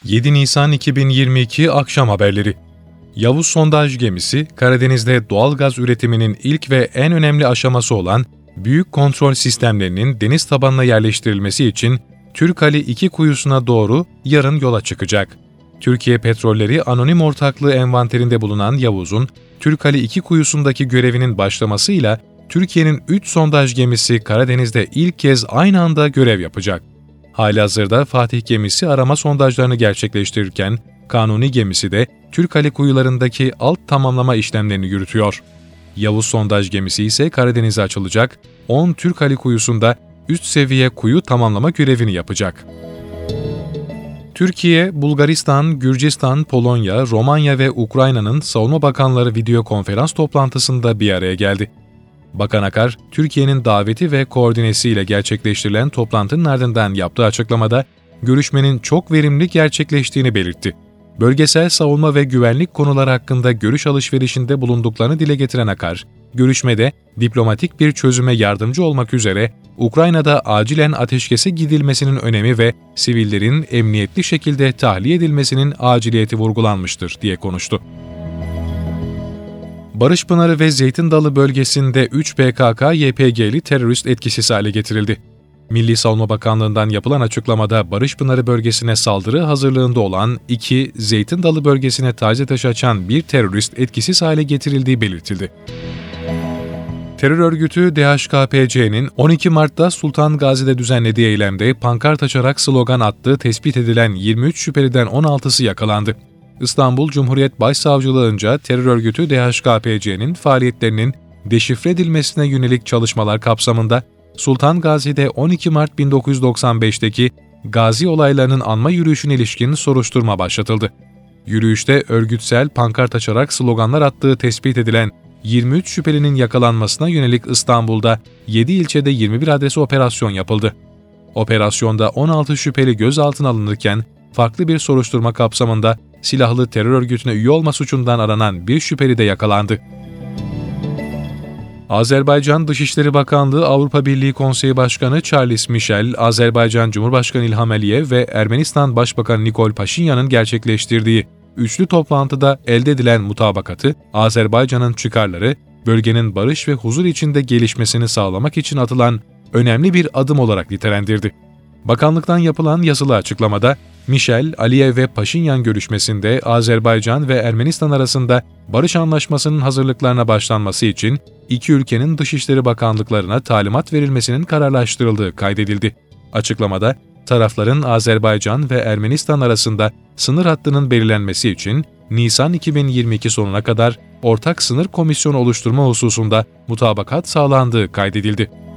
7 Nisan 2022 Akşam Haberleri. Yavuz sondaj gemisi, Karadeniz'de doğal gaz üretiminin ilk ve en önemli aşaması olan büyük kontrol sistemlerinin deniz tabanına yerleştirilmesi için Türkali 2 kuyusuna doğru yarın yola çıkacak. Türkiye Petrolleri Anonim Ortaklığı envanterinde bulunan Yavuz'un Türkali 2 kuyusundaki görevinin başlamasıyla Türkiye'nin 3 sondaj gemisi Karadeniz'de ilk kez aynı anda görev yapacak. Halihazırda Fatih gemisi arama sondajlarını gerçekleştirirken, Kanuni gemisi de Türkali kuyularındaki alt tamamlama işlemlerini yürütüyor. Yavuz sondaj gemisi ise Karadeniz'e açılacak, 10 Türkali kuyusunda üst seviye kuyu tamamlama görevini yapacak. Türkiye, Bulgaristan, Gürcistan, Polonya, Romanya ve Ukrayna'nın savunma bakanları video konferans toplantısında bir araya geldi. Bakan Akar, Türkiye'nin daveti ve koordinesiyle gerçekleştirilen toplantının ardından yaptığı açıklamada, görüşmenin çok verimli gerçekleştiğini belirtti. Bölgesel savunma ve güvenlik konuları hakkında görüş alışverişinde bulunduklarını dile getiren Akar, görüşmede diplomatik bir çözüme yardımcı olmak üzere Ukrayna'da acilen ateşkese gidilmesinin önemi ve sivillerin emniyetli şekilde tahliye edilmesinin aciliyeti vurgulanmıştır diye konuştu. Barışpınarı ve Zeytin Dalı bölgesinde 3 PKK-YPG'li terörist etkisiz hale getirildi. Milli Savunma Bakanlığı'ndan yapılan açıklamada Barışpınarı bölgesine saldırı hazırlığında olan 2, Zeytin Dalı bölgesine taze taş açan bir terörist etkisiz hale getirildiği belirtildi. Terör örgütü DHKPC'nin 12 Mart'ta Sultan Gazi'de düzenlediği eylemde pankart açarak slogan attığı tespit edilen 23 şüpheliden 16'sı yakalandı. İstanbul Cumhuriyet Başsavcılığınca terör örgütü DHKPC'nin faaliyetlerinin deşifre edilmesine yönelik çalışmalar kapsamında Sultan Gazi'de 12 Mart 1995'teki Gazi olaylarının anma yürüyüşüne ilişkin soruşturma başlatıldı. Yürüyüşte örgütsel pankart açarak sloganlar attığı tespit edilen 23 şüphelinin yakalanmasına yönelik İstanbul'da 7 ilçede 21 adrese operasyon yapıldı. Operasyonda 16 şüpheli gözaltına alınırken farklı bir soruşturma kapsamında silahlı terör örgütüne üye olma suçundan aranan bir şüpheli de yakalandı. Azerbaycan Dışişleri Bakanlığı Avrupa Birliği Konseyi Başkanı Charles Michel, Azerbaycan Cumhurbaşkanı İlham Aliyev ve Ermenistan Başbakanı Nikol Paşinyan'ın gerçekleştirdiği üçlü toplantıda elde edilen mutabakatı, Azerbaycan'ın çıkarları, bölgenin barış ve huzur içinde gelişmesini sağlamak için atılan önemli bir adım olarak nitelendirdi. Bakanlıktan yapılan yazılı açıklamada, Michel, Aliyev ve Paşinyan görüşmesinde Azerbaycan ve Ermenistan arasında barış anlaşmasının hazırlıklarına başlanması için iki ülkenin Dışişleri Bakanlıklarına talimat verilmesinin kararlaştırıldığı kaydedildi. Açıklamada, tarafların Azerbaycan ve Ermenistan arasında sınır hattının belirlenmesi için Nisan 2022 sonuna kadar ortak sınır komisyonu oluşturma hususunda mutabakat sağlandığı kaydedildi.